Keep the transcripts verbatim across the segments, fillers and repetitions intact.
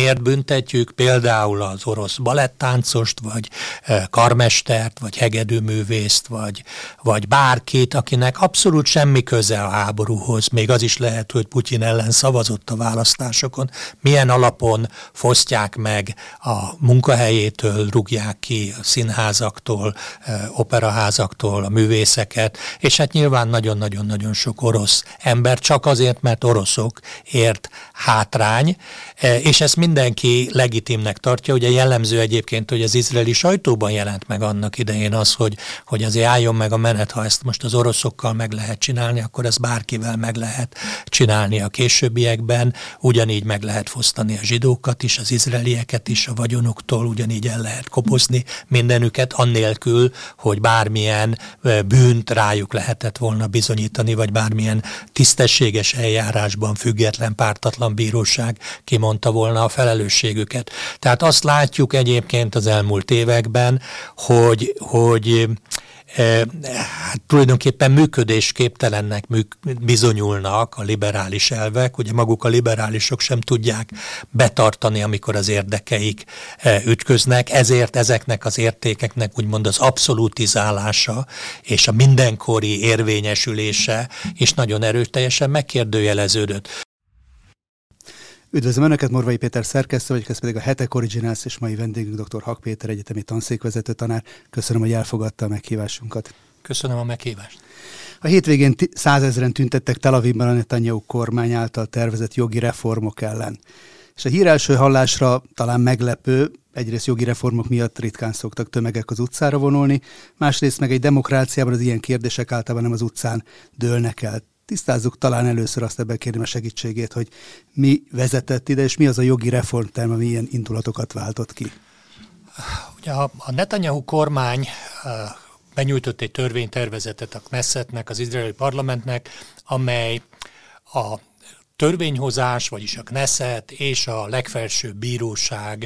miért büntetjük például az orosz balettáncost, vagy karmestert, vagy hegedűművészt, vagy, vagy bárkit, akinek abszolút semmi köze a háborúhoz, még az is lehet, hogy Putyin ellen szavazott a választásokon, milyen alapon fosztják meg a munkahelyétől, rúgják ki a színházaktól, operaházaktól a művészeket, és hát nyilván nagyon-nagyon-nagyon sok orosz ember csak azért, mert oroszok ért hátrány, és ezt mindenki legitimnek tartja. Ugye jellemző egyébként, hogy az izraeli sajtóban jelent meg annak idején az, hogy, hogy azért álljon meg a menet, ha ezt most az oroszokkal meg lehet csinálni, akkor ezt bárkivel meg lehet csinálni a későbbiekben, ugyanígy meg lehet fosztani a zsidókat is, az izraelieket is a vagyonuktól, ugyanígy el lehet kopozni mindenüket, annélkül, hogy bármilyen bűnt rájuk lehetett volna bizonyítani, vagy bármilyen tisztességes eljárásban független, pártatlan bíróság kimondta volna a felelősségüket. Tehát azt látjuk egyébként az elmúlt években, hogy, hogy e, hát tulajdonképpen működésképtelennek műk, bizonyulnak a liberális elvek. Ugye maguk a liberálisok sem tudják betartani, amikor az érdekeik e, ütköznek, ezért ezeknek az értékeknek úgymond az abszolutizálása és a mindenkori érvényesülése is nagyon erőteljesen megkérdőjeleződött. Üdvözlöm Önöket, Morvai Péter szerkesztő vagyok, ez pedig a Hetek Originals, és mai vendégünk dr. Hak Péter, egyetemi tanszékvezető tanár. Köszönöm, hogy elfogadta a meghívásunkat. Köszönöm a meghívást. A hétvégén százezren tüntettek Tel Avivban a Netanyahu kormány által tervezett jogi reformok ellen. És a hír első hallásra talán meglepő, egyrészt jogi reformok miatt ritkán szoktak tömegek az utcára vonulni, másrészt meg egy demokráciában az ilyen kérdések általában nem az utcán dőlnek el. Tisztázzuk talán először, azt ebben kérném a segítségét, hogy mi vezetett ide, és mi az a jogi reformterm, ami ilyen indulatokat váltott ki. Ugye a, a Netanyahu kormány benyújtott egy törvénytervezetet a Knessetnek, az izraeli parlamentnek, amely a törvényhozás, vagyis a Knesset és a legfelsőbb bíróság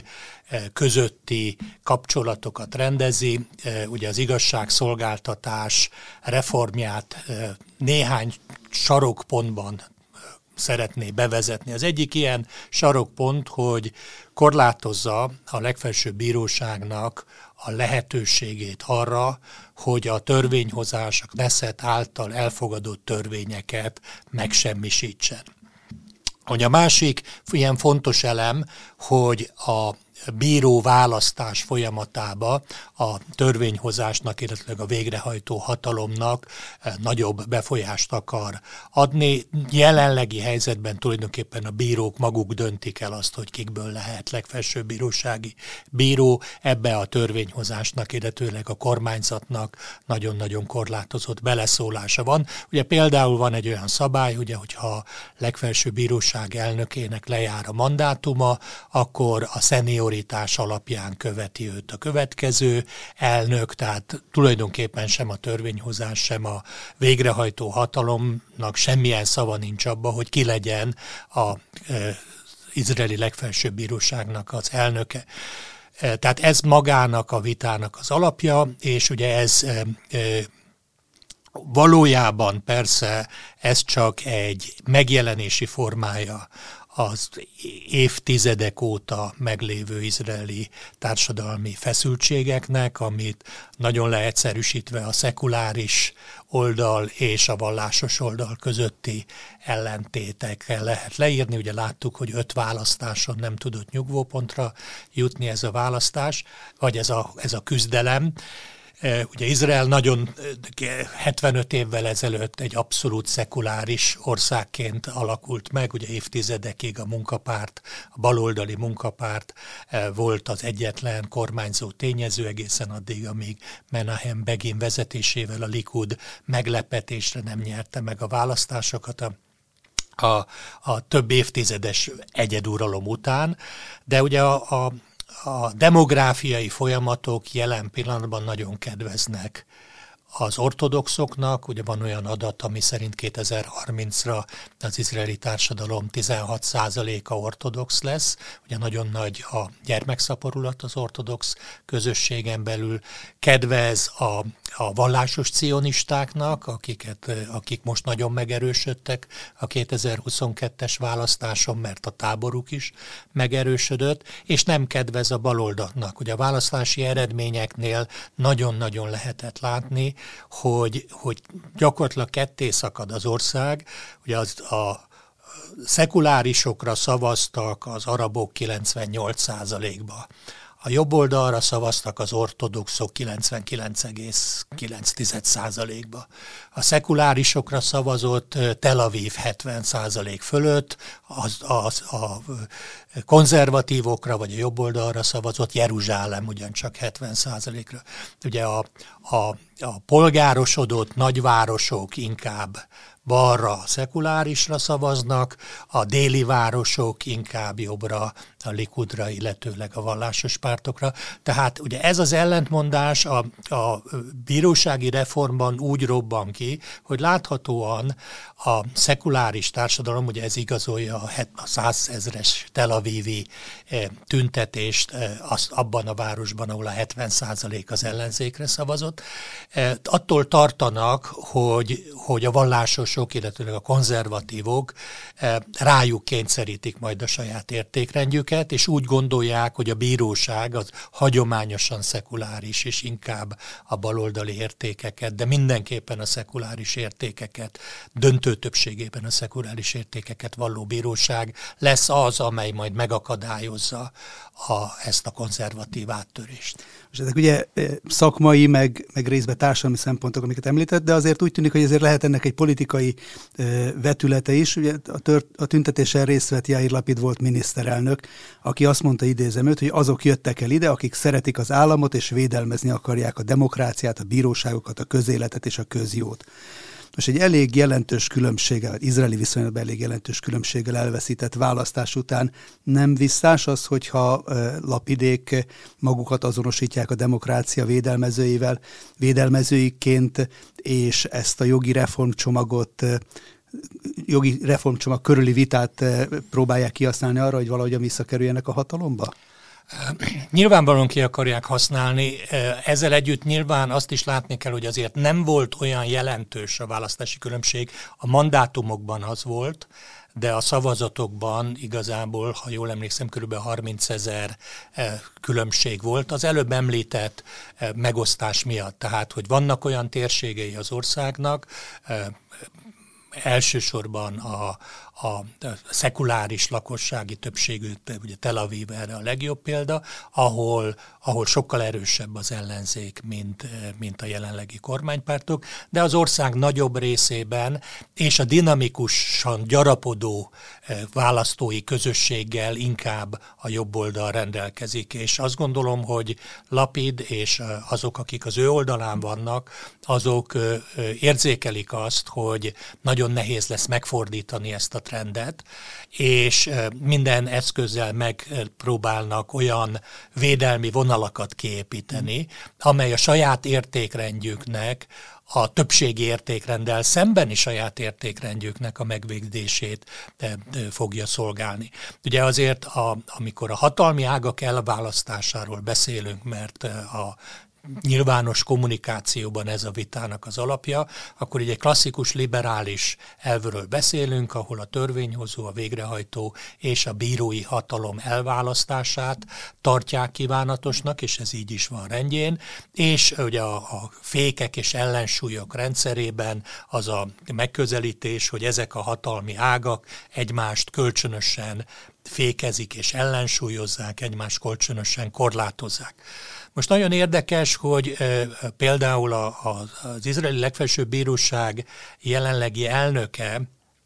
közötti kapcsolatokat rendezi. Ugye az igazságszolgáltatás reformját néhány sarokpontban szeretné bevezetni. Az egyik ilyen sarokpont, hogy korlátozza a legfelsőbb bíróságnak a lehetőségét arra, hogy a törvényhozás, a Knesset által elfogadott törvényeket megsemmisítsen. Hogy a másik ilyen fontos elem, hogy a bíró választás folyamatába a törvényhozásnak, illetve a végrehajtó hatalomnak nagyobb befolyást akar adni. Jelenlegi helyzetben tulajdonképpen a bírók maguk döntik el azt, hogy kikből lehet legfelsőbb bírósági bíró. Ebbe a törvényhozásnak, illetőleg a kormányzatnak nagyon-nagyon korlátozott beleszólása van. Ugye például van egy olyan szabály, ugye, hogyha a legfelsőbb bíróság elnökének lejár a mandátuma, akkor a szenioritás alapján követi őt a következő elnök, tehát tulajdonképpen sem a törvényhozás, sem a végrehajtó hatalomnak semmilyen szava nincs abba, hogy ki legyen az izraeli legfelsőbb bíróságnak az elnöke. Tehát ez magának a vitának az alapja, és ugye ez valójában persze ez csak egy megjelenési formája az évtizedek óta meglévő izraeli társadalmi feszültségeknek, amit nagyon leegyszerűsítve a szekuláris oldal és a vallásos oldal közötti ellentétekkel lehet leírni. Ugye láttuk, hogy öt választáson nem tudott nyugvópontra jutni ez a választás, vagy ez a, ez a küzdelem. Ugye Izrael nagyon hetvenöt évvel ezelőtt egy abszolút szekuláris országként alakult meg, ugye évtizedekig a munkapárt, a baloldali munkapárt volt az egyetlen kormányzó tényező egészen addig, amíg Menahem Begin vezetésével a Likud meglepetésre nem nyerte meg a választásokat a A, a több évtizedes egyeduralom után, de ugye a, a A demográfiai folyamatok jelen pillanatban nagyon kedveznek az ortodoxoknak, ugye van olyan adat, ami szerint kétezer-harmincra az izraeli társadalom tizenhat százaléka ortodox lesz, ugye nagyon nagy a gyermekszaporulat az ortodox közösségen belül, kedvez a, a vallásos cionistáknak, akiket, akik most nagyon megerősödtek a kétezer-huszonkettes választáson, mert a táboruk is megerősödött, és nem kedvez a baloldalnak. Ugye a választási eredményeknél nagyon-nagyon lehetett látni, hogy, hogy gyakorlatilag ketté szakad az ország, ugye az a szekulárisokra szavaztak az arabok kilencvennyolc százalékba. A jobb oldalra szavaztak az ortodoxok kilencvenkilenc egész kilenc százalékba. A szekulárisokra szavazott Tel Aviv hetven százalék fölött, az, az, a konzervatívokra vagy a jobb oldalra szavazott Jeruzsálem ugyancsak hetven százalékra. Ugye a, a, a polgárosodott nagyvárosok inkább balra, szekulárisra szavaznak, a déli városok inkább jobbra, a Likudra, illetőleg a vallásos pártokra. Tehát ugye ez az ellentmondás a, a bírósági reformban úgy robban ki, hogy láthatóan a szekuláris társadalom, ugye ez igazolja a százezres Tel Avivi tüntetést azt abban a városban, ahol a hetven százalék az ellenzékre szavazott. Attól tartanak, hogy, hogy a vallásosok, illetőleg a konzervatívok rájuk kényszerítik majd a saját értékrendjüket, és úgy gondolják, hogy a bíróság az hagyományosan szekuláris, és inkább a baloldali értékeket, de mindenképpen a szekuláris értékeket, döntő többségében a szekuláris értékeket valló bíróság lesz az, amely majd megakadályozza a, ezt a konzervatív áttörést. És ezek ugye szakmai, meg, meg részben társadalmi szempontok, amiket említett, de azért úgy tűnik, hogy azért lehet ennek egy politikai vetülete is. Ugye a, tört, a tüntetésen részt vett Jair Lapid volt miniszterelnök, aki azt mondta, idézem őt, hogy azok jöttek el ide, akik szeretik az államot és védelmezni akarják a demokráciát, a bíróságokat, a közéletet és a közjót. Most egy elég jelentős különbséggel, izraeli viszonylatban elég jelentős különbséggel elveszített választás után nem visszás az, hogyha Lapidék magukat azonosítják a demokrácia védelmezőivel, védelmezőiként, és ezt a jogi reformcsomagot, jogi reformcsomag körüli vitát próbálják kihasználni arra, hogy valahogyan visszakerüljenek a hatalomba? Nyilvánvalóan ki akarják használni, ezzel együtt nyilván azt is látni kell, hogy azért nem volt olyan jelentős a választási különbség, a mandátumokban az volt, de a szavazatokban igazából, ha jól emlékszem, kb. harmincezer különbség volt. Az előbb említett megosztás miatt, tehát, hogy vannak olyan térségei az országnak, elsősorban a, a szekuláris lakossági többségű, ugye Tel Aviv erre a legjobb példa, ahol, ahol sokkal erősebb az ellenzék, mint, mint a jelenlegi kormánypártok, de az ország nagyobb részében és a dinamikusan gyarapodó választói közösséggel inkább a jobb oldal rendelkezik, és azt gondolom, hogy Lapid és azok, akik az ő oldalán vannak, azok érzékelik azt, hogy nagyon nehéz lesz megfordítani ezt a trendet, és minden eszközzel megpróbálnak olyan védelmi vonalakat kiépíteni, amely a saját értékrendjüknek, a többségi értékrenddel szembeni saját értékrendjüknek a megvédését fogja szolgálni. Ugye azért, a, amikor a hatalmi ágak elválasztásáról beszélünk, mert a nyilvános kommunikációban ez a vitának az alapja, akkor egy klasszikus liberális elvről beszélünk, ahol a törvényhozó, a végrehajtó és a bírói hatalom elválasztását tartják kívánatosnak, és ez így is van rendjén, és ugye a, a fékek és ellensúlyok rendszerében az a megközelítés, hogy ezek a hatalmi ágak egymást kölcsönösen fékezik és ellensúlyozzák, egymást kölcsönösen korlátozzák. Most nagyon érdekes, hogy e, például a, a, az izraeli legfelsőbb bíróság jelenlegi elnöke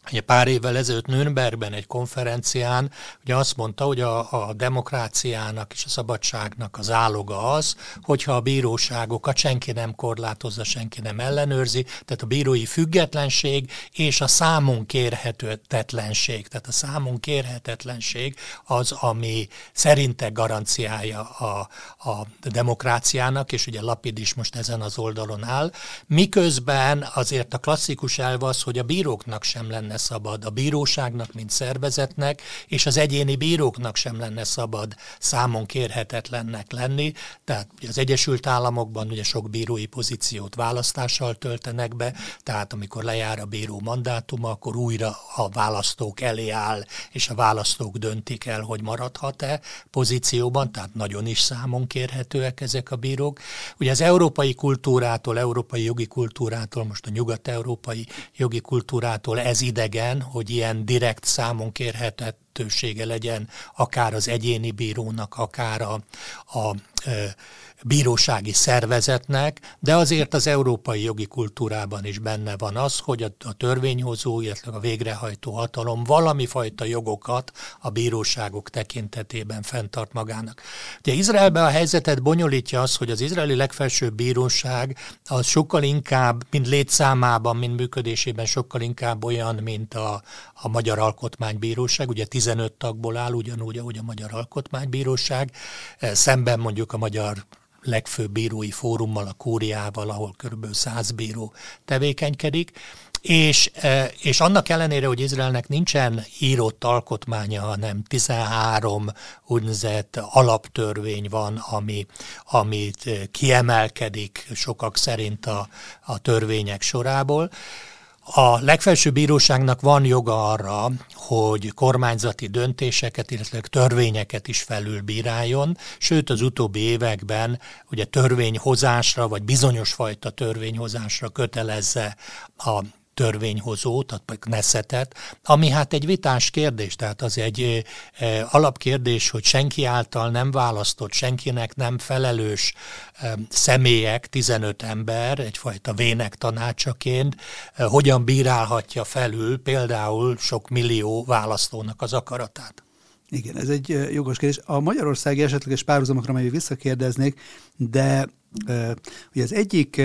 Ugye pár évvel ezelőtt Nürnbergben egy konferencián ugye azt mondta, hogy a, a demokráciának és a szabadságnak az áloga az, hogyha a bíróságokat senki nem korlátozza, senki nem ellenőrzi, tehát a bírói függetlenség és a számon kérhetetlenség, tehát a számon kérhetetlenség az, ami szerinte garanciája a, a demokráciának, és ugye Lapid is most ezen az oldalon áll, miközben azért a klasszikus elv az, hogy a bíróknak sem lenne szabad, a bíróságnak, mint szervezetnek, és az egyéni bíróknak sem lenne szabad számon kérhetetlennek lenni. Tehát az Egyesült Államokban ugye sok bírói pozíciót választással töltenek be, tehát amikor lejár a bíró mandátuma, akkor újra a választók elé áll, és a választók döntik el, hogy maradhat-e pozícióban, tehát nagyon is számon kérhetőek ezek a bírók. Ugye az európai kultúrától, európai jogi kultúrától, most a nyugat-európai jogi kultúrától ez idegen, hogy ilyen direkt számon kérhetősége legyen akár az egyéni bírónak, akár a, a e, bírósági szervezetnek, de azért az európai jogi kultúrában is benne van az, hogy a, a törvényhozó, illetve a végrehajtó hatalom valami fajta jogokat a bíróságok tekintetében fenntart magának. Ugye Izraelben a helyzetet bonyolítja az, hogy az izraeli legfelsőbb bíróság az sokkal inkább, mint létszámában, mint működésében sokkal inkább olyan, mint a, a Magyar Alkotmánybíróság, ugye tizenöt tagból áll, ugyanúgy, ahogy a Magyar Alkotmánybíróság, szemben mondjuk a Magyar legfőbb bírói fórummal, a kúriával, ahol kb. száz bíró tevékenykedik, és, és annak ellenére, hogy Izraelnek nincsen írott alkotmánya, hanem tizenhárom úgynevezett alaptörvény van, ami, amit kiemelkedik sokak szerint a, a törvények sorából. A legfelsőbb bíróságnak van joga arra, hogy kormányzati döntéseket, illetve törvényeket is felülbíráljon, sőt az utóbbi években ugye törvényhozásra, vagy bizonyos fajta törvényhozásra kötelezze a törvényhozót, a Knessetet, ami hát egy vitás kérdés, tehát az egy e, alapkérdés, hogy senki által nem választott, senkinek nem felelős e, személyek, tizenöt ember, egyfajta vének tanácsaként e, hogyan bírálhatja felül például sok millió választónak az akaratát. Igen, ez egy jogos kérdés. A magyarországi esetleges párhuzamokra majd visszakérdeznék, de e, ugye az egyik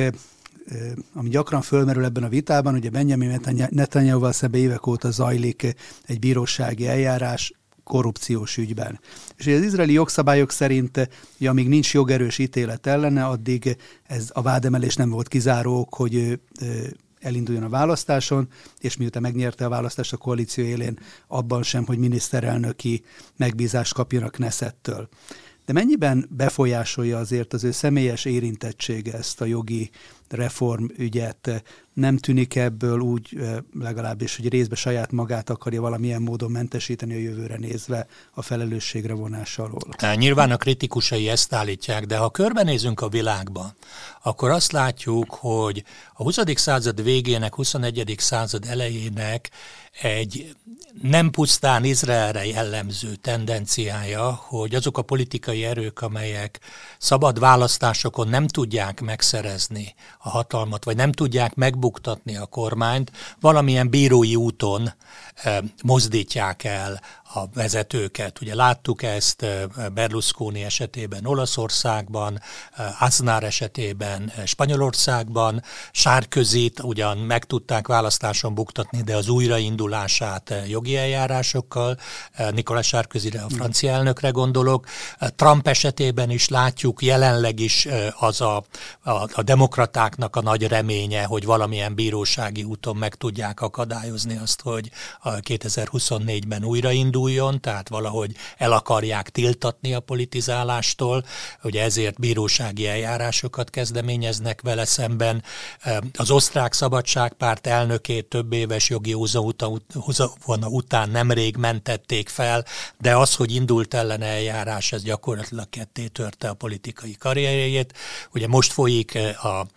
ami gyakran fölmerül ebben a vitában, ugye Benjamin Netanyahuval szemben évek óta zajlik egy bírósági eljárás korrupciós ügyben. És az izraeli jogszabályok szerint, hogy amíg nincs jogerős ítélet ellene, addig ez a vádemelés nem volt kizáró ok, hogy ő elinduljon a választáson, és miután megnyerte a választást a koalíció élén, abban sem, hogy miniszterelnöki megbízást kapjon a Knessettől. De mennyiben befolyásolja azért az ő személyes érintettsége ezt a jogi reformügyet? Nem tűnik ebből úgy legalábbis, hogy részben saját magát akarja valamilyen módon mentesíteni a jövőre nézve a felelősségre vonás alól? Nyilván a kritikusai ezt állítják, de ha körbenézünk a világban, akkor azt látjuk, hogy a huszadik század végének, huszonegyedik század elejének egy nem pusztán Izraelre jellemző tendenciája, hogy azok a politikai erők, amelyek szabad választásokon nem tudják megszerezni a hatalmat, vagy nem tudják megbuktatni a kormányt, valamilyen bírói úton eh, mozdítják el a vezetőket. Ugye láttuk ezt Berlusconi esetében Olaszországban, Aznar esetében Spanyolországban, Sarkozyt ugyan meg tudták választáson buktatni, de az újraindulását jogi eljárásokkal, Nicolas Sarkozyre, a francia elnökre gondolok. Trump esetében is látjuk, jelenleg is az a, a, a demokratáknak a nagy reménye, hogy valamilyen bírósági úton meg tudják akadályozni azt, hogy kétezer-huszonnégyben újraindul, tehát valahogy el akarják tiltatni a politizálástól, ugye ezért bírósági eljárásokat kezdeményeznek vele szemben. Az osztrák szabadságpárt elnökét több éves jogi húzavona után nemrég mentették fel, de az, hogy indult ellen eljárás, ez gyakorlatilag ketté törte a politikai karrierjét. Ugye most folyik a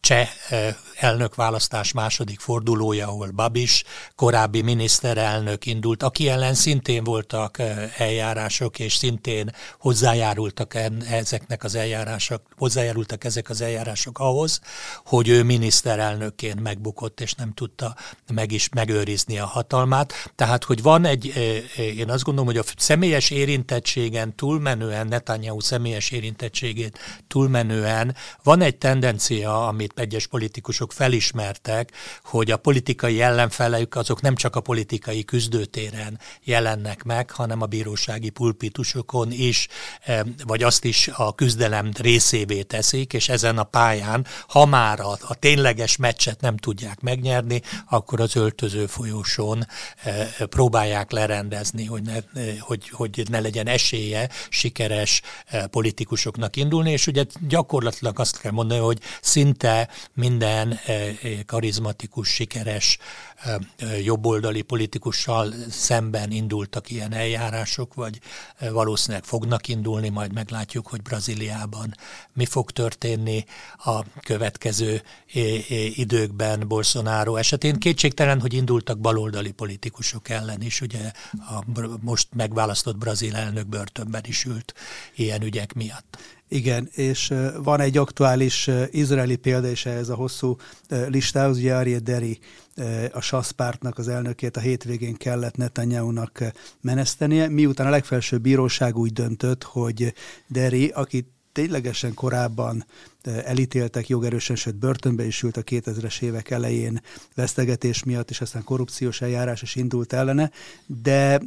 cseh elnökválasztás második fordulója, ahol Babis, korábbi miniszterelnök indult, aki ellen szintén voltak eljárások, és szintén hozzájárultak ezeknek az eljárások, hozzájárultak ezek az eljárások ahhoz, hogy ő miniszterelnökként megbukott, és nem tudta meg is megőrizni a hatalmát. Tehát, hogy van egy, én azt gondolom, hogy a személyes érintettségen túlmenően, Netanyahu személyes érintettségét túlmenően van egy tendencia, amit egyes politikusok felismertek, hogy a politikai ellenfeleik azok nem csak a politikai küzdőtéren jelennek meg, hanem a bírósági pulpitusokon is, vagy azt is a küzdelem részévé teszik, és ezen a pályán, ha már a, a tényleges meccset nem tudják megnyerni, akkor az öltöző folyosón próbálják lerendezni, hogy ne, hogy, hogy ne legyen esélye sikeres politikusoknak indulni, és ugye gyakorlatilag azt kell mondani, hogy szinte minden karizmatikus, sikeres jobboldali politikussal szemben indultak ilyen eljárások, vagy valószínűleg fognak indulni, majd meglátjuk, hogy Brazíliában mi fog történni a következő időkben Bolsonaro esetén. Kétségtelen, hogy indultak baloldali politikusok ellen is, ugye a most megválasztott brazil elnök börtönben is ült ilyen ügyek miatt. Igen, és van egy aktuális izraeli példa is ehhez a hosszú listához, ugye Aryeh Deri, a sasz pártnak az elnökét a hétvégén kellett Netanyahunak menesztenie, miután a legfelsőbb bíróság úgy döntött, hogy Deri, aki ténylegesen korábban elítéltek jogerősen, sőt börtönbe is ült a kétezres évek elején vesztegetés miatt, és aztán korrupciós eljárás is indult ellene, de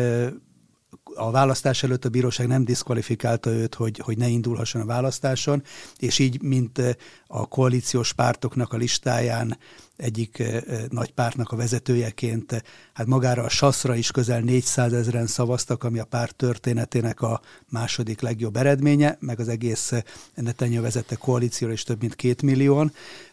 a választás előtt a bíróság nem diszkvalifikálta őt, hogy, hogy ne indulhasson a választáson, és így, mint a koalíciós pártoknak a listáján egyik nagy pártnak a vezetőjeként, hát magára a saszra is közel négyszázezren szavaztak, ami a párt történetének a második legjobb eredménye, meg az egész Netanyahu vezette koalícióra is több mint két millióan,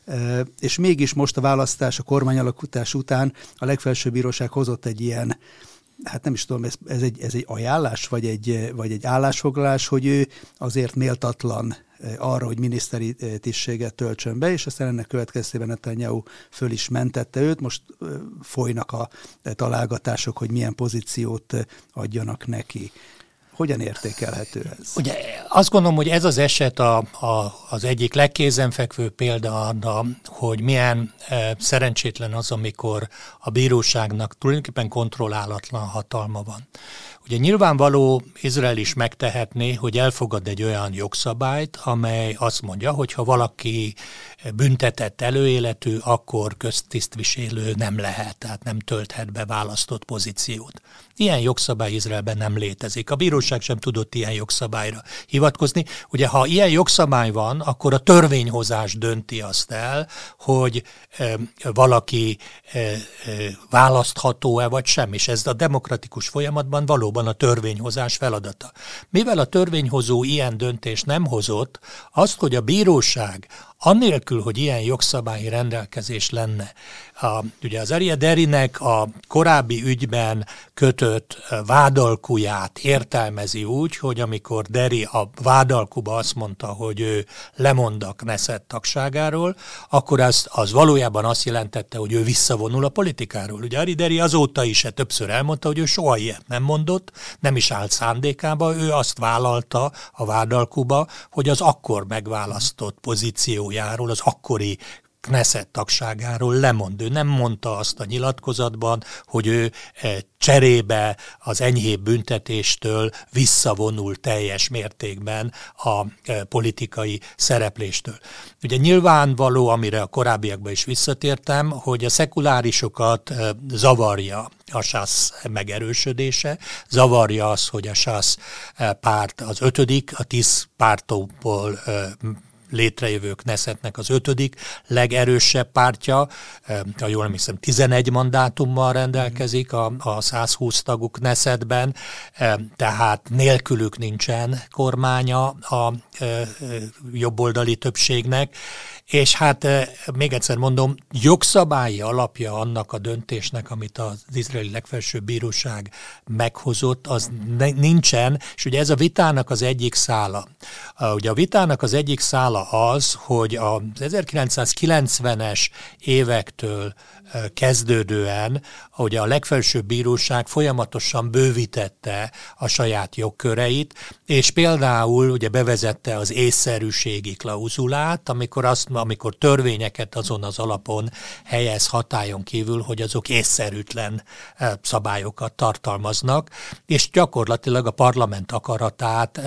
és mégis most a választás, a kormányalakítás után a legfelsőbb bíróság hozott egy ilyen, hát nem is tudom, ez, ez, egy, ez egy ajánlás, vagy egy, vagy egy állásfoglalás, hogy ő azért méltatlan arra, hogy miniszteri tisztséget töltsön be, és aztán ennek következtében Netanyahu föl is mentette őt. Most folynak a találgatások, hogy milyen pozíciót adjanak neki. Hogyan értékelhető ez? Ugye azt gondolom, hogy ez az eset a, a, az egyik legkézenfekvő példa arra, hogy milyen e, szerencsétlen az, amikor a bíróságnak tulajdonképpen kontrollálatlan hatalma van. Ugye nyilvánvaló, Izrael is megtehetné, hogy elfogad egy olyan jogszabályt, amely azt mondja, hogy ha valaki büntetett előéletű, akkor köztisztviselő nem lehet, tehát nem tölthet be választott pozíciót. Ilyen jogszabály Izraelben nem létezik. A bíróság sem tudott ilyen jogszabályra hivatkozni. Ugye, ha ilyen jogszabály van, akkor a törvényhozás dönti azt el, hogy e, valaki e, e, választható-e vagy sem, és ez a demokratikus folyamatban valóban a törvényhozás feladata. Mivel a törvényhozó ilyen döntést nem hozott, azt, hogy a bíróság annélkül, hogy ilyen jogszabályi rendelkezés lenne. A, ugye az Aryeh Derinek a korábbi ügyben kötött vádalkuját értelmezi úgy, hogy amikor Deri a vádalkuba azt mondta, hogy ő lemond a Knesset tagságáról, akkor az, az valójában azt jelentette, hogy ő visszavonul a politikáról. Ugye Aryeh Deri azóta is többször elmondta, hogy ő soha ilyet nem mondott, nem is állt szándékába, ő azt vállalta a vádalkuba, hogy az akkor megválasztott pozíciójáról, az akkori Knesset tagságáról lemond. Ő nem mondta azt a nyilatkozatban, hogy ő cserébe az enyhébb büntetéstől visszavonul teljes mértékben a politikai szerepléstől. Ugye nyilvánvaló, amire a korábbiakban is visszatértem, hogy a szekulárisokat zavarja a sász megerősödése, zavarja az, hogy a sász párt az ötödik, a tíz pártokból létrejövő Knessetnek az ötödik legerősebb pártja, ha jól nem hiszem, tizenegy mandátummal rendelkezik a, a száz húsz tagú Knessetben, tehát nélkülük nincsen kormánya a jobboldali többségnek, és hát még egyszer mondom, jogszabályi alapja annak a döntésnek, amit az izraeli legfelsőbb bíróság meghozott, az nincsen, és ugye ez a vitának az egyik szála. Ugye a vitának az egyik szála oka az, hogy az ezerkilencszázkilencvenes évektől kezdődően, hogy a legfelsőbb bíróság folyamatosan bővítette a saját jogköreit, és például ugye bevezette az észszerűségi klauzulát, amikor, azt, amikor törvényeket azon az alapon helyez hatályon kívül, hogy azok észszerűtlen szabályokat tartalmaznak, és gyakorlatilag a parlament akaratát,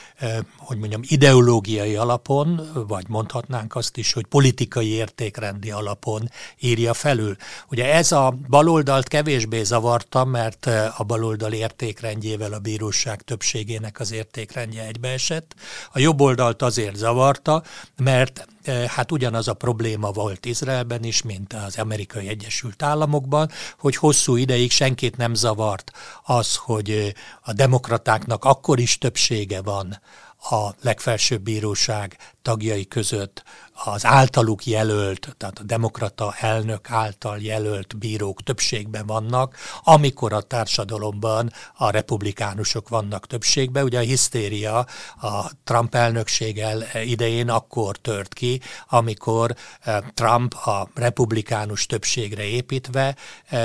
hogy mondjam, ideológiai alapon, vagy mondhatnánk azt is, hogy politikai értékrendi alapon írja felül. Ugye ez a baloldalt kevésbé zavarta, mert a baloldal értékrendjével a bíróság többségének az értékrendje egybeesett. A jobboldalt azért zavarta, mert hát ugyanaz a probléma volt Izraelben is, mint az Amerikai Egyesült Államokban, hogy hosszú ideig senkit nem zavart az, hogy a demokratáknak akkor is többsége van a legfelsőbb bíróság tagjai között az általuk jelölt, tehát a demokrata elnök által jelölt bírók többségben vannak, amikor a társadalomban a republikánusok vannak többségben. Ugye a hisztéria a Trump elnökséggel idején akkor tört ki, amikor Trump a republikánus többségre építve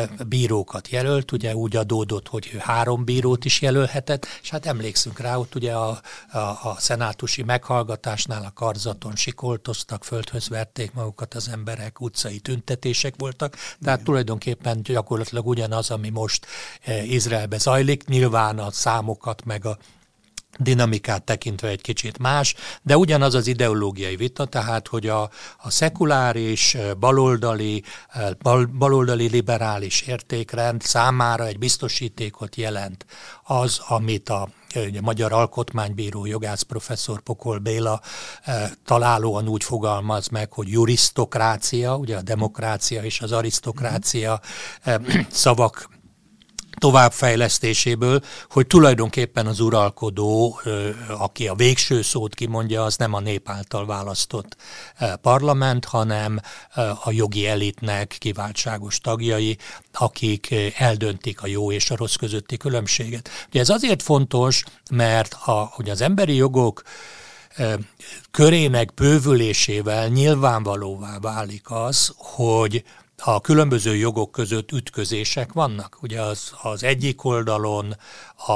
bírókat jelölt, ugye úgy adódott, hogy ő három bírót is jelölhetett, és hát emlékszünk rá, ott ugye a, a, a szenátusi meghallgatásnál a karzaton sikoltoztak, földhöz verték magukat az emberek, utcai tüntetések voltak, tehát tulajdonképpen gyakorlatilag ugyanaz, ami most Izraelbe zajlik, nyilván a számokat meg a dinamikát tekintve egy kicsit más, de ugyanaz az ideológiai vita, tehát hogy a, a szekuláris, baloldali, bal, baloldali liberális értékrend számára egy biztosítékot jelent az, amit a a Magyar Alkotmánybíró jogász professzor Pokol Béla eh, találóan úgy fogalmaz meg, hogy jurisztokrácia, ugye a demokrácia és az arisztokrácia eh, szavak továbbfejlesztéséből, hogy tulajdonképpen az uralkodó, aki a végső szót kimondja, az nem a nép által választott parlament, hanem a jogi elitnek kiváltságos tagjai, akik eldöntik a jó és a rossz közötti különbséget. Ugye ez azért fontos, mert a, ugye az emberi jogok körének bővülésével nyilvánvalóvá válik az, hogy a különböző jogok között ütközések vannak. Ugye az, az egyik oldalon a,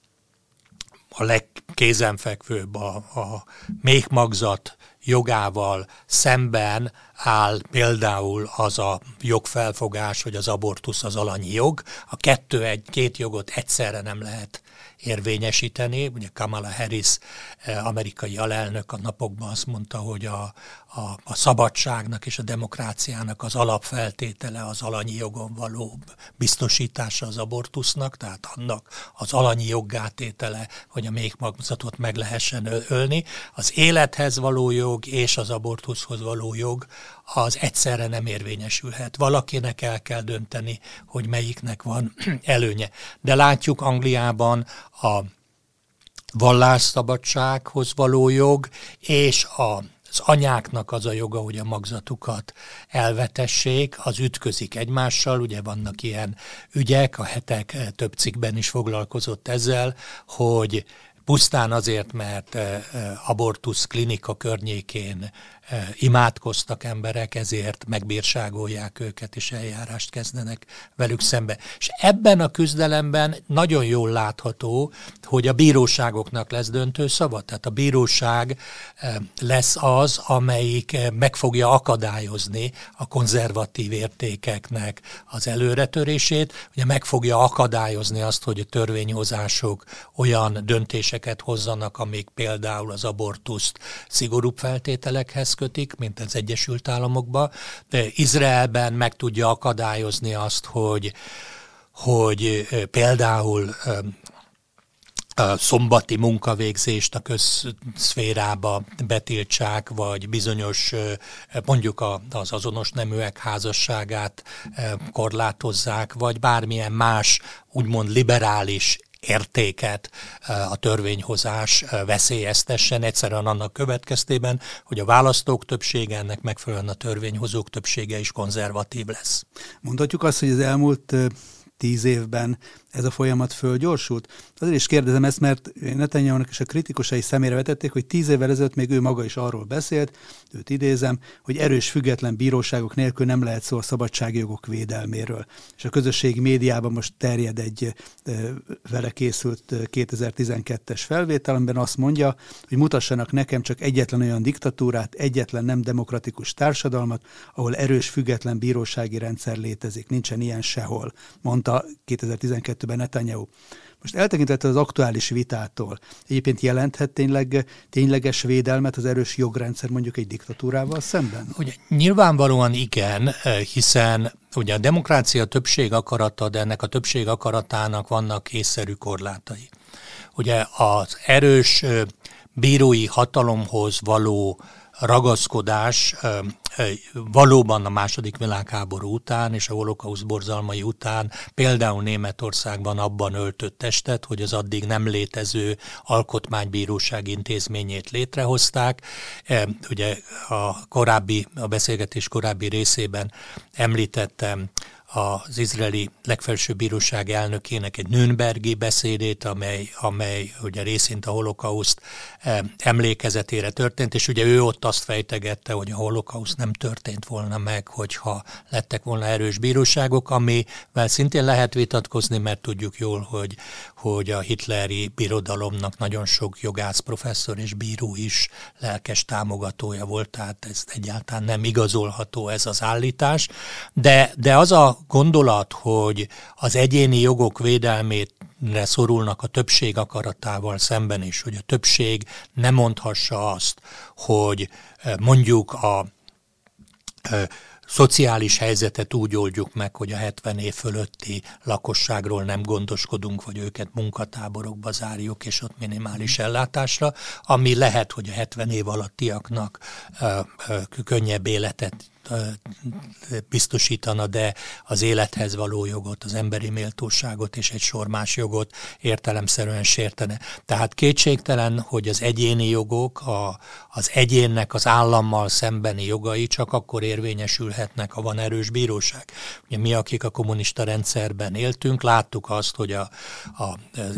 a legkézenfekvőbb, a, a méhmagzat jogával szemben áll például az a jogfelfogás, hogy az abortusz az alanyi jog. A kettő egy, két jogot egyszerre nem lehet érvényesíteni. Ugye Kamala Harris, amerikai alelnök a napokban azt mondta, hogy a, a, a szabadságnak és a demokráciának az alapfeltétele az alanyi jogon való biztosítása az abortusznak, tehát annak az alanyi joggátétele, hogy a méhmagzatot meg lehessen ölni. Az élethez való jog és az abortuszhoz való jog az egyszerre nem érvényesülhet. Valakinek el kell dönteni, hogy melyiknek van előnye. De látjuk Angliában a vallásszabadsághoz való jog, és a az anyáknak az a joga, hogy a magzatukat elvetessék, az ütközik egymással, ugye vannak ilyen ügyek, a Hetek több cikkben is foglalkozott ezzel, hogy pusztán azért, mert abortusz klinika környékén imádkoztak emberek, ezért megbírságolják őket, és eljárást kezdenek velük szembe. És ebben a küzdelemben nagyon jól látható, hogy a bíróságoknak lesz döntő szava. Tehát a bíróság lesz az, amelyik meg fogja akadályozni a konzervatív értékeknek az előretörését, ugye meg fogja akadályozni azt, hogy a törvényhozások olyan döntéseket hozzanak, amik például az abortuszt szigorúbb feltételekhez kötik, mint az Egyesült Államokban. De Izraelben meg tudja akadályozni azt, hogy, hogy például a szombati munkavégzést a közszférába betiltsák, vagy bizonyos, mondjuk az azonos neműek házasságát korlátozzák, vagy bármilyen más, úgymond liberális értéket a törvényhozás veszélyeztessen, egyszerűen annak következtében, hogy a választók többsége, ennek megfelelően a törvényhozók többsége is konzervatív lesz. Mondhatjuk azt, hogy az elmúlt tíz évben ez a folyamat fölgyorsult? Azért is kérdezem ezt, mert Netanyahunak is a kritikusai szemére vetették, hogy tíz évvel ezelőtt még ő maga is arról beszélt, őt idézem, hogy erős független bíróságok nélkül nem lehet szó a szabadságjogok védelméről. És a közösségi médiában most terjed egy vele készült kétezer-tizenkettes felvétel, amiben azt mondja, hogy mutassanak nekem csak egyetlen olyan diktatúrát, egyetlen nem demokratikus társadalmat, ahol erős független bírósági rendszer létezik. Nincsen ilyen sehol, mondta kétezer-tizenkettőben Netanyahu. Most eltekintve az aktuális vitától, egyébként jelenthet tényleg, tényleges védelmet az erős jogrendszer mondjuk egy diktatúrával szemben? Ugye, nyilvánvalóan igen, hiszen ugye a demokrácia többség akarata, de ennek a többség akaratának vannak észszerű korlátai. Ugye az erős bírói hatalomhoz való ragaszkodás valóban a második világháború után és a holokauszt borzalmai után például Németországban abban öltött testet, hogy az addig nem létező alkotmánybíróság intézményét létrehozták. Ugye a korábbi, a beszélgetés korábbi részében említettem az izraeli legfelsőbb bíróság elnökének egy Nürnbergi beszédét, amely, amely ugye részint a holokauszt emlékezetére történt, és ugye ő ott azt fejtegette, hogy a holokauszt nem történt volna meg, hogyha lettek volna erős bíróságok, amivel szintén lehet vitatkozni, mert tudjuk jól, hogy, hogy a hitleri birodalomnak nagyon sok jogász professzor és bíró is lelkes támogatója volt, tehát ez egyáltalán nem igazolható ez az állítás, de, de az a gondolat, hogy az egyéni jogok védelmére szorulnak a többség akaratával szemben is, hogy a többség nem mondhassa azt, hogy mondjuk a szociális helyzetet úgy oldjuk meg, hogy a hetven év fölötti lakosságról nem gondoskodunk, vagy őket munkatáborokba zárjuk, és ott minimális ellátásra, ami lehet, hogy a hetven év alattiaknak ö, ö, könnyebb életet biztosítana, de az élethez való jogot, az emberi méltóságot és egy sor más jogot értelemszerűen sértene. Tehát kétségtelen, hogy az egyéni jogok, a, az egyénnek az állammal szembeni jogai csak akkor érvényesülhetnek, ha van erős bíróság. Ugye mi, akik a kommunista rendszerben éltünk, láttuk azt, hogy a, a, az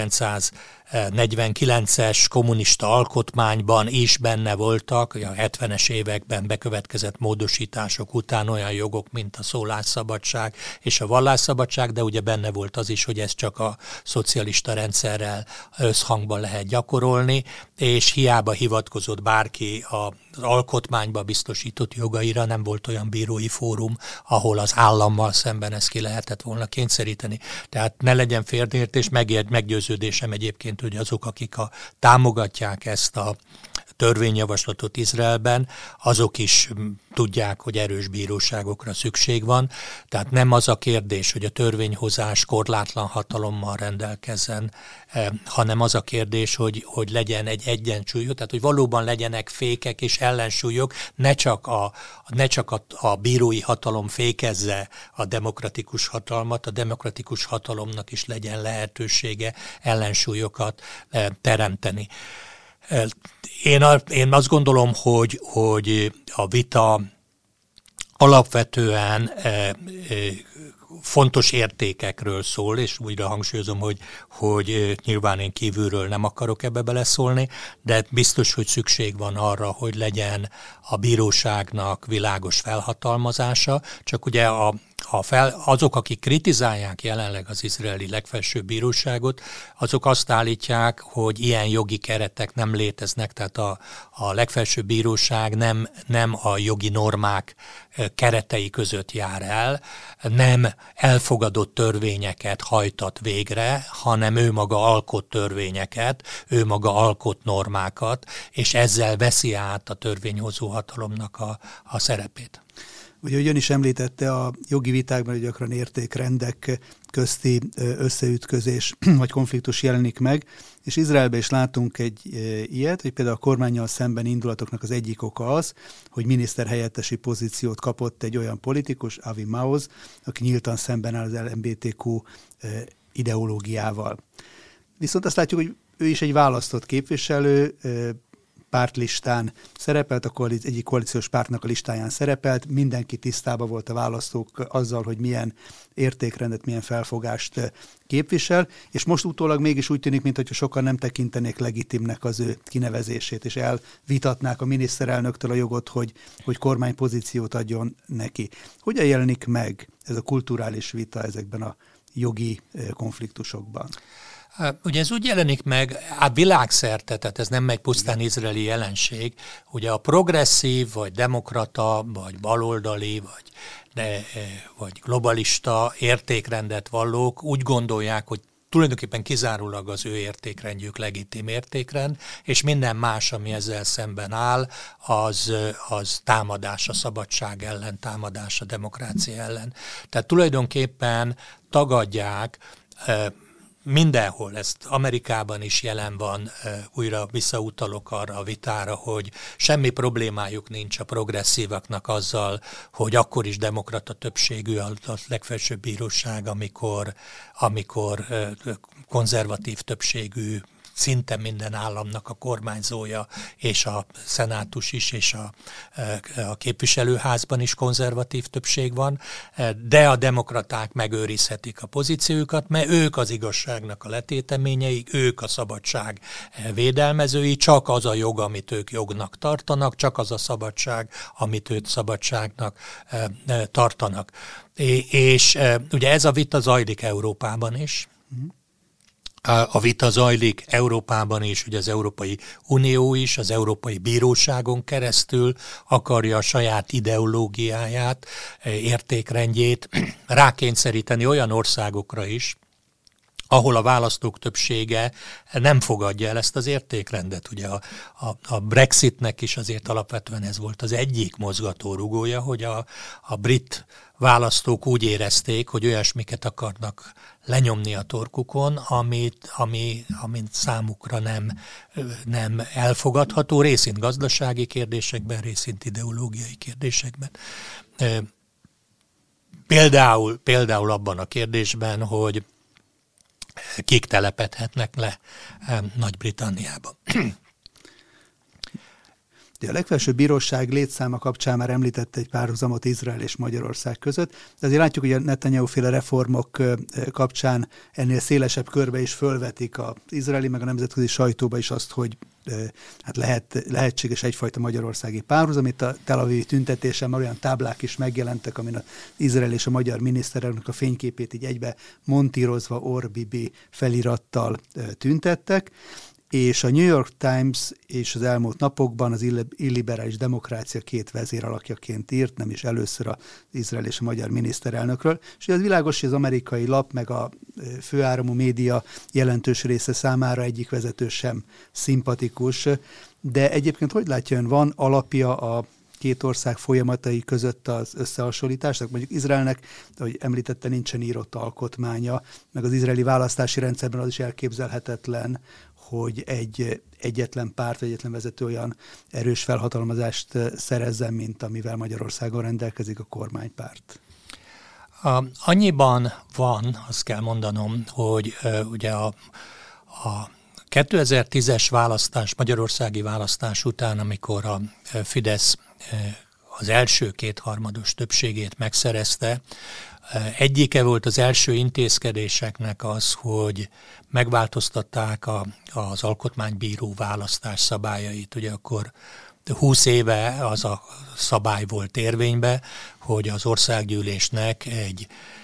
ezerkilencszáznegyvenkilences kommunista alkotmányban is benne voltak, a hetvenes években bekövetkezett módosítások után olyan jogok, mint a szólásszabadság és a vallásszabadság, de ugye benne volt az is, hogy ezt csak a szocialista rendszerrel összhangban lehet gyakorolni, és hiába hivatkozott bárki az alkotmányba biztosított jogaira, nem volt olyan bírói fórum, ahol az állammal szemben ezt ki lehetett volna kényszeríteni. Tehát ne legyen félreértés, meggyőződésem egyébként, hogy azok, akik a, támogatják ezt a törvényjavaslatot Izraelben, azok is tudják, hogy erős bíróságokra szükség van. Tehát nem az a kérdés, hogy a törvényhozás korlátlan hatalommal rendelkezzen, hanem az a kérdés, hogy, hogy legyen egy egyensúly, tehát hogy valóban legyenek fékek és ellensúlyok, ne csak a, ne csak a, a bírói hatalom fékezze a demokratikus hatalmat, a demokratikus hatalomnak is legyen lehetősége ellensúlyokat teremteni. Én, én azt gondolom, hogy, hogy a vita alapvetően e, e, fontos értékekről szól, és újra hangsúlyozom, hogy, hogy nyilván én kívülről nem akarok ebbe beleszólni, de biztos, hogy szükség van arra, hogy legyen a bíróságnak világos felhatalmazása, csak ugye a A fel, azok, akik kritizálják jelenleg az izraeli legfelsőbb bíróságot, azok azt állítják, hogy ilyen jogi keretek nem léteznek, tehát a, a legfelsőbb bíróság nem, nem a jogi normák keretei között jár el, nem elfogadott törvényeket hajtat végre, hanem ő maga alkot törvényeket, ő maga alkot normákat, és ezzel veszi át a törvényhozó hatalomnak a, a szerepét. Ugye ön is említette a jogi vitákban, hogy gyakran értékrendek közti összeütközés vagy konfliktus jelenik meg, és Izraelben is látunk egy ilyet, hogy például a kormánnyal szemben indulatoknak az egyik oka az, hogy miniszterhelyettesi pozíciót kapott egy olyan politikus, Avi Maoz, aki nyíltan szemben áll az el em bé té kú ideológiával. Viszont azt látjuk, hogy ő is egy választott képviselő, pártlistán szerepelt, a koalí- egyik koalíciós pártnak a listáján szerepelt, mindenki tisztában volt a választók azzal, hogy milyen értékrendet, milyen felfogást képvisel, és most utólag mégis úgy tűnik, mintha sokan nem tekintenék legitimnek az ő kinevezését, és elvitatnák a miniszterelnöktől a jogot, hogy, hogy kormánypozíciót adjon neki. Hogyan jelenik meg ez a kulturális vita ezekben a jogi konfliktusokban? Ugye ez úgy jelenik meg, hát világszerte, tehát ez nem egy pusztán izraeli jelenség, ugye a progresszív, vagy demokrata, vagy baloldali, vagy, de, vagy globalista értékrendet vallók úgy gondolják, hogy tulajdonképpen kizárólag az ő értékrendjük legitim értékrend, és minden más, ami ezzel szemben áll, az, az támadás a szabadság ellen, támadás a demokrácia ellen. Tehát tulajdonképpen tagadják, mindenhol, ezt Amerikában is jelen van, újra visszautalok arra a vitára, hogy semmi problémájuk nincs a progresszívaknak azzal, hogy akkor is demokrata többségű a legfelsőbb bíróság, amikor, amikor konzervatív többségű szinte minden államnak a kormányzója, és a szenátus is, és a, a képviselőházban is konzervatív többség van, de a demokraták megőrizhetik a pozíciójukat, mert ők az igazságnak a letéteményei, ők a szabadság védelmezői, csak az a jog, amit ők jognak tartanak, csak az a szabadság, amit ők szabadságnak tartanak. És ugye ez a vita zajlik Európában is. A vita zajlik Európában is, ugye az Európai Unió is, az Európai Bíróságon keresztül akarja a saját ideológiáját, értékrendjét rákényszeríteni olyan országokra is, ahol a választók többsége nem fogadja el ezt az értékrendet. Ugye a, a, a Brexitnek is azért alapvetően ez volt az egyik mozgatórugója, hogy a, a brit választók úgy érezték, hogy olyasmiket akarnak lenyomni a torkukon, amit, ami, amit számukra nem, nem elfogadható, részint gazdasági kérdésekben, részint ideológiai kérdésekben. Például, például abban a kérdésben, hogy kik telepedhetnek le Nagy-Britanniában. De a legfelsőbb bíróság létszáma kapcsán már említette egy párhuzamot Izrael és Magyarország között, de azért látjuk, hogy a Netanyahu-féle reformok kapcsán ennél szélesebb körbe is fölvetik az izraeli, meg a nemzetközi sajtóba is azt, hogy hát lehet, lehetséges egyfajta magyarországi párhuzam. Itt a Tel Avivi tüntetésen már olyan táblák is megjelentek, amin az Izrael és a magyar miniszterelnök a fényképét így egybe montírozva Or Bibi felirattal tüntettek. És a New York Times és az elmúlt napokban az illiberális demokrácia két vezéralakjaként írt, nem is először az Izrael és a magyar miniszterelnökről, és az világos, hogy az amerikai lap meg a főáramú média jelentős része számára egyik vezető sem szimpatikus, de egyébként hogy látja ön, van alapja a két ország folyamatai között az összehasonlításnak? Mondjuk Izraelnek, ahogy említette, nincsen írott alkotmánya, meg az izraeli választási rendszerben az is elképzelhetetlen, hogy egy egyetlen párt, egyetlen vezető olyan erős felhatalmazást szerezzen, mint amivel Magyarországon rendelkezik a kormánypárt. A, annyiban van, azt kell mondanom, hogy uh, ugye a, a kétezer-tízes választás, magyarországi választás után, amikor a Fidesz uh, az első kétharmados többségét megszerezte, egyike volt az első intézkedéseknek az, hogy megváltoztatták a, az alkotmánybíró választás szabályait. Ugye akkor húsz éve az a szabály volt érvényben, hogy az országgyűlésnek egy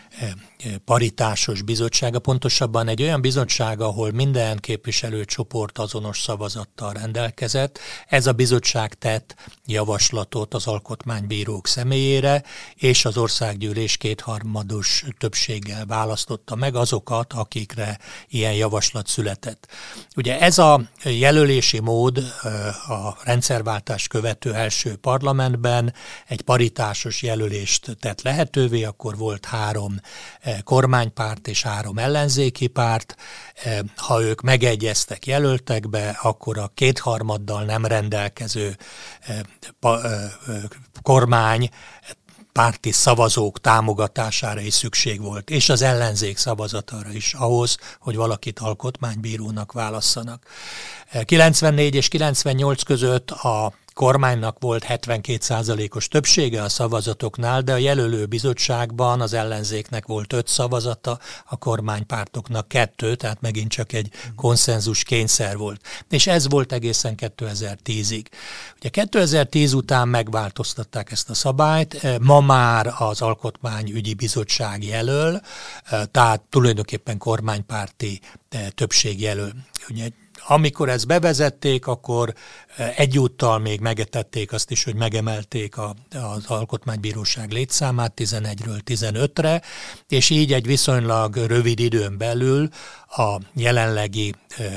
paritásos bizottsága, pontosabban egy olyan bizottság, ahol minden képviselőcsoport azonos szavazattal rendelkezett. Ez a bizottság tett javaslatot az alkotmánybírók személyére, és az országgyűlés kétharmados többséggel választotta meg azokat, akikre ilyen javaslat született. Ugye ez a jelölési mód a rendszerváltás követő első parlamentben egy paritásos jelölést tett lehetővé, akkor volt három kormánypárt és három ellenzéki párt. Ha ők megegyeztek jelöltekbe, akkor a kétharmaddal nem rendelkező kormány párti szavazók támogatására is szükség volt, és az ellenzék szavazatára is ahhoz, hogy valakit alkotmánybírónak válasszanak. kilencvennégy és kilencvennyolc között a kormánynak volt hetvenkét százalékos többsége a szavazatoknál, de a jelölő bizottságban az ellenzéknek volt öt szavazata, a kormánypártoknak kettő, tehát megint csak egy konszenzus kényszer volt. És ez volt egészen kétezer-tízig. Ugye kétezer-tíz után megváltoztatták ezt a szabályt, ma már az Alkotmányügyi Bizottság jelöl, tehát tulajdonképpen kormánypárti többség jelöl. Ugye amikor ezt bevezették, akkor egyúttal még megetették azt is, hogy megemelték a, az Alkotmánybíróság létszámát tizenegyről tizenötre, és így egy viszonylag rövid időn belül a jelenlegi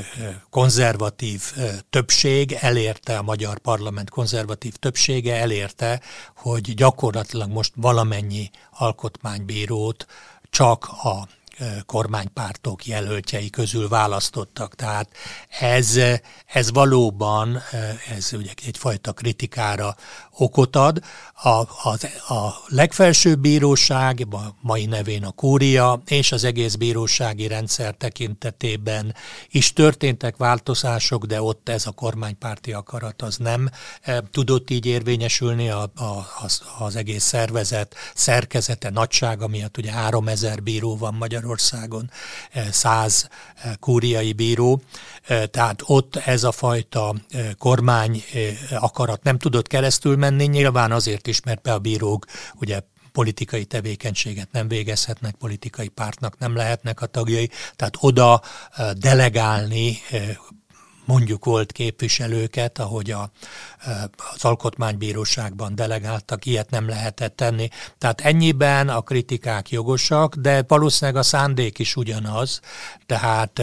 konzervatív többség elérte, a magyar parlament konzervatív többsége elérte, hogy gyakorlatilag most valamennyi alkotmánybírót csak a kormánypártok jelöltjei közül választottak. Tehát ez, ez valóban ez ugye egyfajta kritikára okot ad. A, a, a legfelsőbb bíróság, a mai nevén a kúria, és az egész bírósági rendszer tekintetében is történtek változások, de ott ez a kormánypárti akarat az nem e, tudott így érvényesülni, a, a, az, az egész szervezet szerkezete, nagysága miatt, ugye háromezer bíró van Magyarországon, száz kúriai bíró, tehát ott ez a fajta kormány akarat nem tudott keresztül menni, nyilván azért is, mert be a bírók ugye politikai tevékenységet nem végezhetnek, politikai pártnak nem lehetnek a tagjai, tehát oda delegálni mondjuk volt képviselőket, ahogy a, az Alkotmánybíróságban delegáltak, ilyet nem lehetett tenni. Tehát ennyiben a kritikák jogosak, de valószínűleg a szándék is ugyanaz, tehát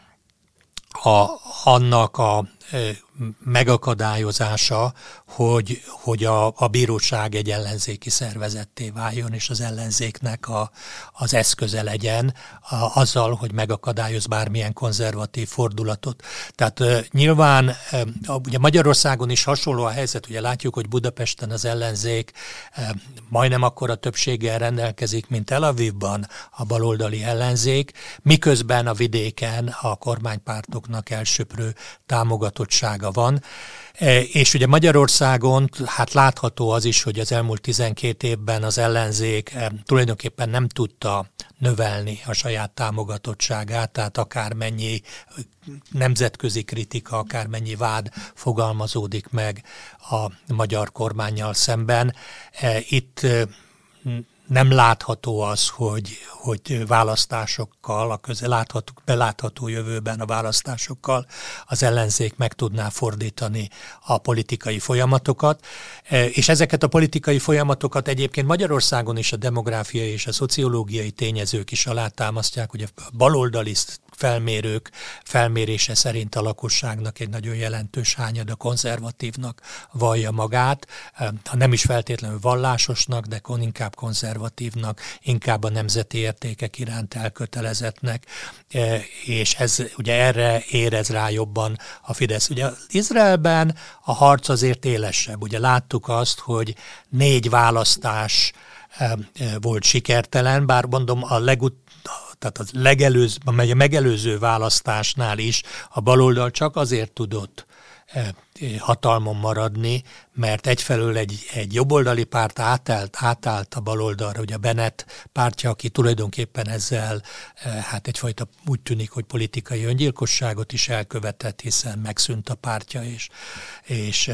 a, annak a megakadályozása, hogy, hogy a, a bíróság egy ellenzéki szervezetté váljon, és az ellenzéknek a, az eszköze legyen a, azzal, hogy megakadályoz bármilyen konzervatív fordulatot. Tehát uh, nyilván uh, ugye Magyarországon is hasonló a helyzet, ugye látjuk, hogy Budapesten az ellenzék uh, majdnem akkora többséggel rendelkezik, mint Tel Avivban a baloldali ellenzék, miközben a vidéken a kormánypártoknak elsöprő támogatottsága van. És ugye Magyarországon hát látható az is, hogy az elmúlt tizenkét évben az ellenzék tulajdonképpen nem tudta növelni a saját támogatottságát, tehát akármennyi nemzetközi kritika, akármennyi vád fogalmazódik meg a magyar kormánnyal szemben. Itt nem látható az, hogy, hogy választásokkal, a közel látható, belátható jövőben a választásokkal az ellenzék meg tudná fordítani a politikai folyamatokat. És ezeket a politikai folyamatokat egyébként Magyarországon is a demográfiai és a szociológiai tényezők is alátámasztják, hogy a baloldali felmérők felmérése szerint a lakosságnak egy nagyon jelentős hányada konzervatívnak vallja magát, ha nem is feltétlenül vallásosnak, de inkább konzervatívnak, inkább a nemzeti értékek iránt elkötelezettnek, és ez ugye erre érez rá jobban a Fidesz. Ugye Izraelben a harc azért élesebb. Ugye láttuk azt, hogy négy választás volt sikertelen, bár mondom a legut tehát az legelőző, a megelőző választásnál is a baloldal csak azért tudott hatalmon maradni, mert egyfelől egy, egy jobboldali párt átállt, átállt a baloldalra, ugye a Bennett pártja, aki tulajdonképpen ezzel hát egyfajta úgy tűnik, hogy politikai öngyilkosságot is elkövetett, hiszen megszűnt a pártja, és, és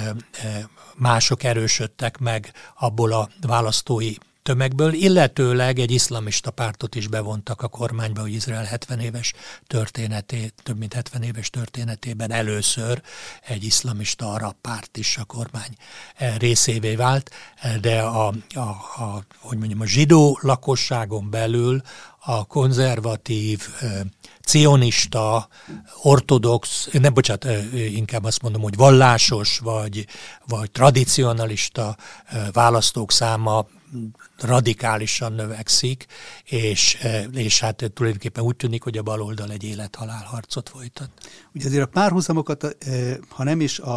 mások erősödtek meg abból a választói tömegből, illetőleg egy iszlamista pártot is bevontak a kormányba, hogy Izrael hetven éves történetét, több mint hetven éves történetében először egy iszlamista arab párt is a kormány részévé vált, de a, a, a, hogy mondjam, a zsidó lakosságon belül a konzervatív, cionista, ortodox, nem bocsánat, inkább azt mondom, hogy vallásos vagy, vagy tradicionalista választók száma radikálisan növekszik, és, és hát tulajdonképpen úgy tűnik, hogy a baloldal egy élet-halál harcot folytat. Ugye azért a párhuzamokat, ha nem is a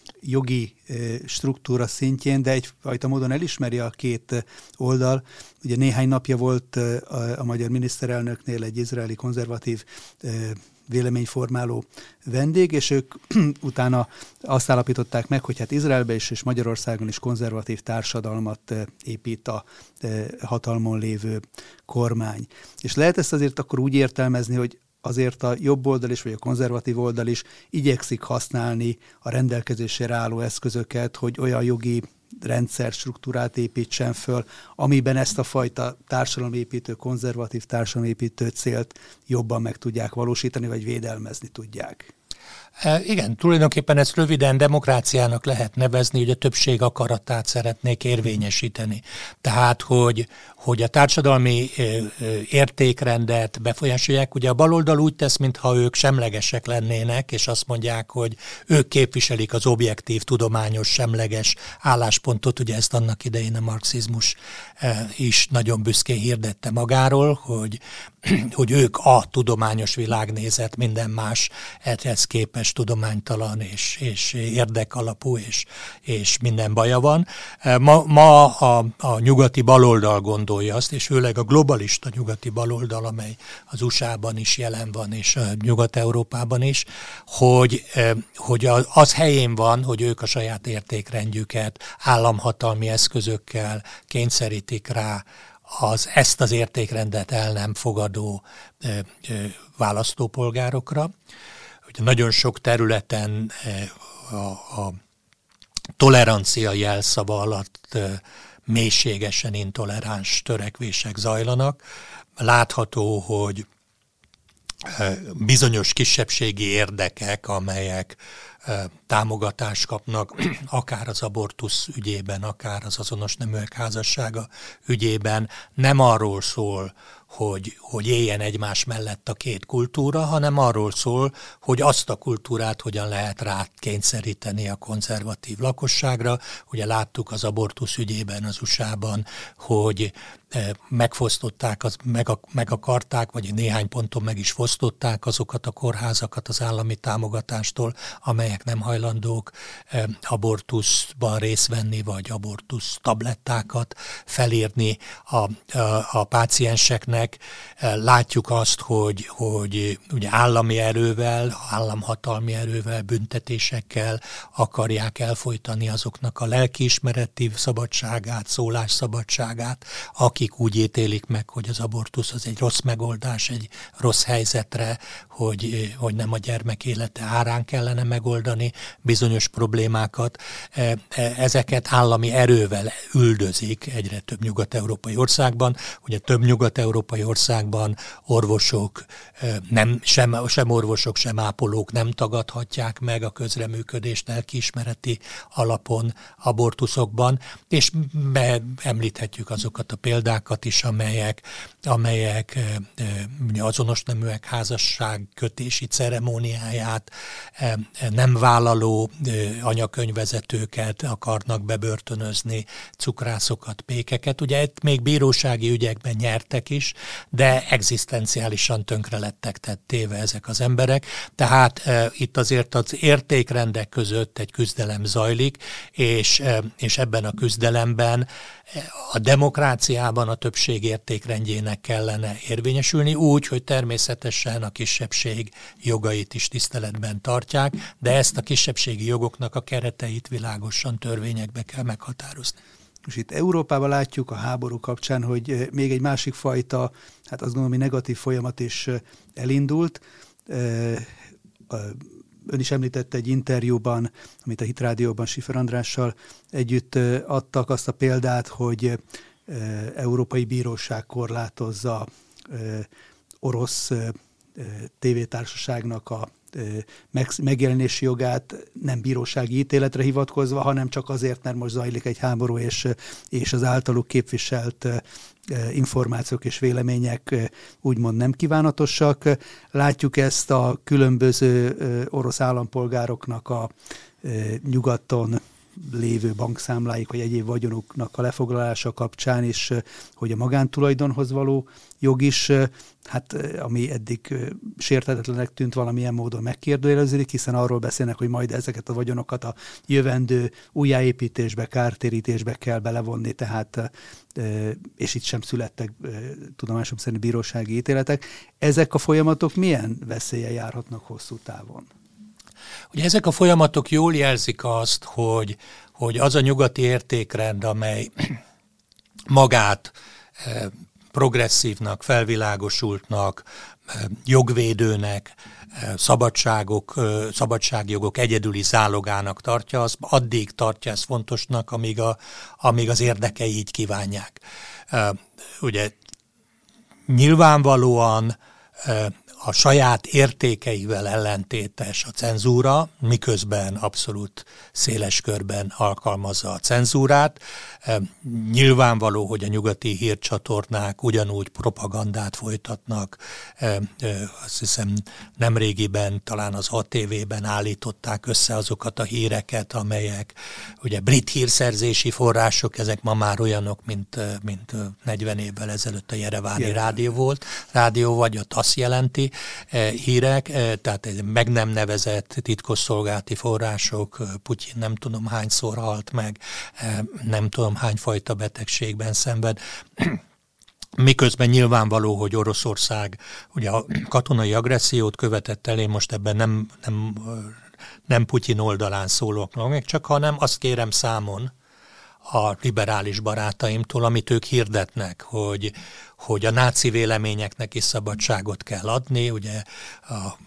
jogi struktúra szintjén, de egyfajta módon elismeri a két oldal. Ugye néhány napja volt a, a magyar miniszterelnöknél egy izraeli konzervatív véleményformáló vendég, és ők utána azt állapították meg, hogy hát Izraelben is és Magyarországon is konzervatív társadalmat épít a hatalmon lévő kormány. És lehet ezt azért akkor úgy értelmezni, hogy azért a jobb oldal is, vagy a konzervatív oldal is igyekszik használni a rendelkezésére álló eszközöket, hogy olyan jogi rendszer struktúrát építsen föl, amiben ezt a fajta társadalomépítő, konzervatív társadalomépítő célt jobban meg tudják valósítani, vagy védelmezni tudják. Igen, tulajdonképpen ezt röviden demokráciának lehet nevezni, hogy a többség akaratát szeretnék érvényesíteni. Tehát, hogy, hogy a társadalmi értékrendet befolyásolják. Ugye a baloldal úgy tesz, mintha ők semlegesek lennének, és azt mondják, hogy ők képviselik az objektív, tudományos, semleges álláspontot. Ugye ezt annak idején a marxizmus is nagyon büszkén hirdette magáról, hogy, hogy ők a tudományos világnézet, minden más ehhez képest tudománytalan és, és érdekalapú, és, és minden baja van. Ma, ma a, a nyugati baloldal gondolja azt, és főleg a globalista nyugati baloldal, amely az u es á-ban is jelen van, és Nyugat-Európában is, hogy, hogy az helyén van, hogy ők a saját értékrendjüket államhatalmi eszközökkel kényszerítik rá az ezt az értékrendet el nem fogadó ö, ö, választópolgárokra. Ugye nagyon sok területen a, a tolerancia jelszava alatt mélységesen intoleráns törekvések zajlanak. Látható, hogy bizonyos kisebbségi érdekek, amelyek támogatást kapnak, akár az abortusz ügyében, akár az azonos neműek házassága ügyében, nem arról szól, hogy, hogy éljen egymás mellett a két kultúra, hanem arról szól, hogy azt a kultúrát hogyan lehet rákényszeríteni a konzervatív lakosságra. Ugye láttuk az abortusz ügyében az u es á-ban, hogy megfosztották, az, meg, meg akarták, vagy néhány ponton meg is fosztották azokat a kórházakat az állami támogatástól, amelyek nem hajlandók abortuszban részt venni, vagy abortusz tablettákat felírni a, a, a pácienseknek. Látjuk azt, hogy, hogy ugye állami erővel, államhatalmi erővel, büntetésekkel akarják elfojtani azoknak a lelkiismereti szabadságát, szólásszabadságát, akik úgy ítélik meg, hogy az abortusz az egy rossz megoldás, egy rossz helyzetre, hogy, hogy nem a gyermek élete árán kellene megoldani bizonyos problémákat. Ezeket állami erővel üldözik egyre több nyugat-európai országban. Ugye több nyugat-európai országban orvosok, nem, sem, sem orvosok, sem ápolók nem tagadhatják meg a közreműködést lelkiismereti alapon abortuszokban, és említhetjük azokat a példákat is, amelyek, amelyek azonos neműek házasságkötési ceremóniáját nem vállaló anyakönyvvezetőket akarnak bebörtönözni, cukrászokat, pékeket. Ugye itt még bírósági ügyekben nyertek is, de egzisztenciálisan tönkre lettek téve ezek az emberek. Tehát e, itt azért az értékrendek között egy küzdelem zajlik, és, e, és ebben a küzdelemben a demokráciában a többség értékrendjének kellene érvényesülni úgy, hogy természetesen a kisebbség jogait is tiszteletben tartják, de ezt a kisebbségi jogoknak a kereteit világosan törvényekbe kell meghatározni. Most itt Európában látjuk a háború kapcsán, hogy még egy másik fajta, hát azt gondolom, hogy negatív folyamat is elindult. Ön is említette egy interjúban, amit a Hit Rádióban Schiffer Andrással együtt adtak, azt a példát, hogy Európai Bíróság korlátozza orosz tévétársaságnak a megjelenési jogát nem bírósági ítéletre hivatkozva, hanem csak azért, mert most zajlik egy háború, és, és az általuk képviselt információk és vélemények úgymond nem kívánatosak. Látjuk ezt a különböző orosz állampolgároknak a nyugaton lévő bankszámláik, vagy egyéb vagyonuknak a lefoglalása kapcsán, és hogy a magántulajdonhoz való jog is, hát ami eddig sérthetetlenek tűnt, valamilyen módon megkérdőjeleződik, hiszen arról beszélnek, hogy majd ezeket a vagyonokat a jövendő újjáépítésbe, kártérítésbe kell belevonni, tehát és itt sem születtek tudomásom szerint bírósági ítéletek. Ezek a folyamatok milyen veszéllyel járhatnak hosszú távon? Ugye ezek a folyamatok jól jelzik azt, hogy, hogy az a nyugati értékrend, amely magát progresszívnak, felvilágosultnak, jogvédőnek, szabadságok, szabadságjogok egyedüli zálogának tartja, az addig tartja ezt fontosnak, amíg, a, amíg az érdekei így kívánják. Ugye nyilvánvalóan a saját értékeivel ellentétes a cenzúra, miközben abszolút széles körben alkalmazza a cenzúrát. Nyilvánvaló, hogy a nyugati hírcsatornák ugyanúgy propagandát folytatnak. Azt hiszem nemrégiben talán az á té vében állították össze azokat a híreket, amelyek ugye brit hírszerzési források, ezek ma már olyanok, mint, mint negyven évvel ezelőtt a Jereváni rádió volt. Rádió vagy a TASZ jelenti hírek, tehát meg nem nevezett titkosszolgálati források, Putyin nem tudom hányszor halt meg, nem tudom hányfajta betegségben szenved. Miközben nyilvánvaló, hogy Oroszország ugye a katonai agressziót követett el, én most ebben nem, nem, nem Putyin oldalán szólok meg, csak hanem azt kérem számon a liberális barátaimtól, amit ők hirdetnek, hogy, hogy a náci véleményeknek is szabadságot kell adni. Ugye a, a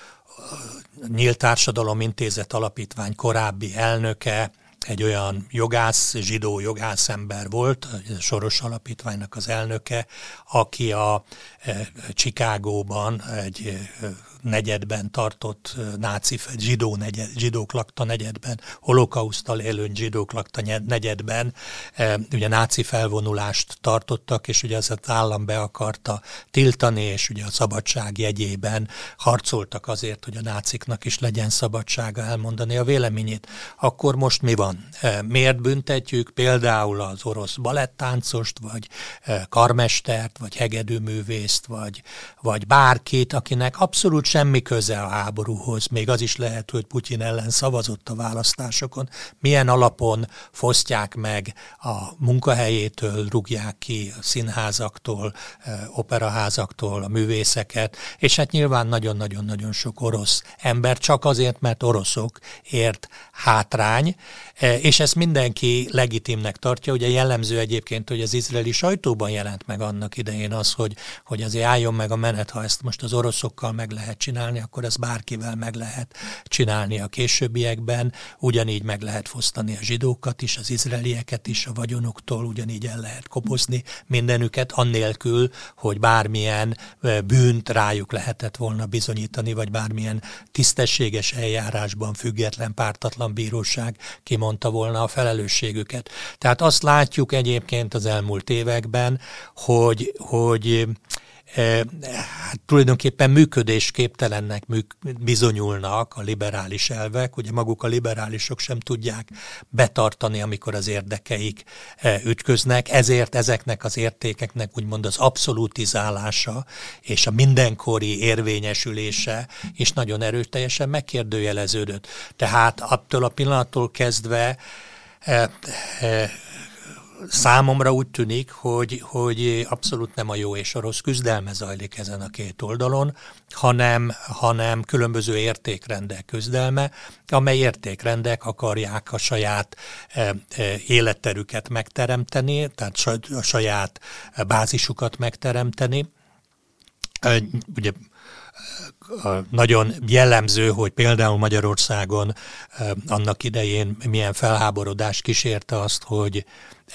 Nyílt Társadalom Intézet Alapítvány korábbi elnöke egy olyan jogász, zsidó jogászember volt, a Soros Alapítványnak az elnöke, aki a e, Chicagóban egy e, negyedben tartott náci, zsidó negyed, zsidók lakta negyedben, holokauszttal élő zsidók lakta negyedben, e, ugye náci felvonulást tartottak, és ugye az állam be akarta tiltani, és ugye a szabadság jegyében harcoltak azért, hogy a náciknak is legyen szabadsága elmondani a véleményét. Akkor most mi van? Miért büntetjük például az orosz balettáncost, vagy karmestert, vagy hegedűművészt, vagy, vagy bárkit, akinek abszolút semmi köze a háborúhoz, még az is lehet, hogy Putyin ellen szavazott a választásokon. Milyen alapon fosztják meg a munkahelyétől, rúgják ki a színházaktól, operaházaktól a művészeket, és hát nyilván nagyon-nagyon-nagyon sok orosz ember csak azért, mert oroszok ért hátrány, és ezt mindenki legitimnek tartja. Ugye jellemző egyébként, hogy az izraeli sajtóban jelent meg annak idején az, hogy, hogy azért álljon meg a menet, ha ezt most az oroszokkal meg lehet csinálni, akkor ezt bárkivel meg lehet csinálni a későbbiekben. Ugyanígy meg lehet fosztani a zsidókat is, az izraelieket is a vagyonoktól, ugyanígy el lehet kopozni mindenüket, annélkül, hogy bármilyen bűnt rájuk lehetett volna bizonyítani, vagy bármilyen tisztességes eljárásban független, pártatlan bíróság kimondta volna a felelősségüket. Tehát azt látjuk egyébként az elmúlt években, hogy, hogy e, hát tulajdonképpen működésképtelennek műk, bizonyulnak a liberális elvek. Ugye maguk a liberálisok sem tudják betartani, amikor az érdekeik e, ütköznek, ezért ezeknek az értékeknek úgymond az abszolutizálása és a mindenkori érvényesülése is nagyon erőteljesen megkérdőjeleződött. Tehát attól a pillanattól kezdve e, e, számomra úgy tűnik, hogy, hogy abszolút nem a jó és a rossz küzdelme zajlik ezen a két oldalon, hanem, hanem különböző értékrendek küzdelme, amely értékrendek akarják a saját életterüket megteremteni, tehát a saját bázisukat megteremteni. Ugye nagyon jellemző, hogy például Magyarországon annak idején milyen felháborodás kísérte azt, hogy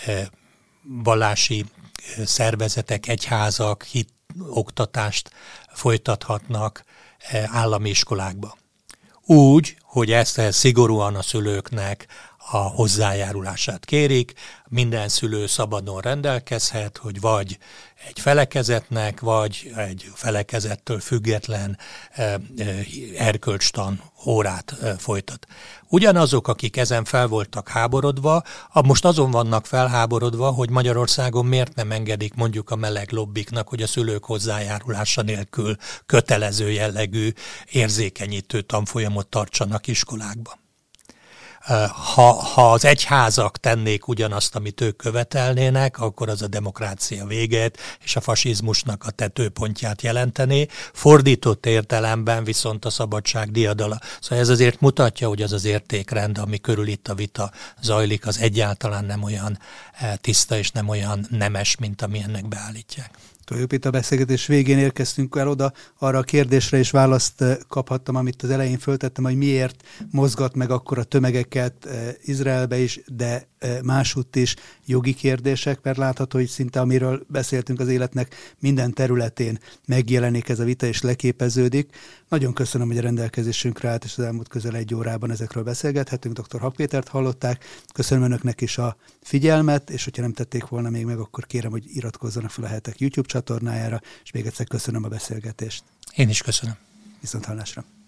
vallási szervezetek, egyházak hit oktatást folytathatnak állami iskolákba. Úgy, hogy ezt szigorúan a szülőknek a hozzájárulását kérik. Minden szülő szabadon rendelkezhet, hogy vagy egy felekezetnek, vagy egy felekezettől független erkölcstan órát folytat. Ugyanazok, akik ezen fel voltak háborodva, most azon vannak felháborodva, hogy Magyarországon miért nem engedik mondjuk a meleg lobbiknak, hogy a szülők hozzájárulása nélkül kötelező jellegű érzékenyítő tanfolyamot tartsanak iskolákban. Ha, ha az egyházak tennék ugyanazt, amit ők követelnének, akkor az a demokrácia végét és a fasizmusnak a tetőpontját jelentené. Fordított értelemben viszont a szabadság diadala. Szóval ez azért mutatja, hogy az az értékrend, ami körül itt a vita zajlik, az egyáltalán nem olyan tiszta és nem olyan nemes, mint ami ennek beállítják. Tulajdonképpen itt a beszélgetés végén érkeztünk el oda, arra a kérdésre is választ kaphattam, amit az elején föltettem, hogy miért mozgat meg akkor a tömegeket Izraelbe is, de másutt is jogi kérdések, mert látható, hogy szinte amiről beszéltünk az életnek minden területén megjelenik ez a vita és leképeződik. Nagyon köszönöm, hogy a rendelkezésünkre állt, és az elmúlt közel egy órában ezekről beszélgethetünk. doktor Hack Pétert hallották. Köszönöm önöknek is a figyelmet, és hogyha nem tették volna még meg, akkor kérem, hogy iratkozzanak fel a Hetek YouTube csatornájára, és még egyszer köszönöm a beszélgetést. Én is köszönöm. Viszont hallásra.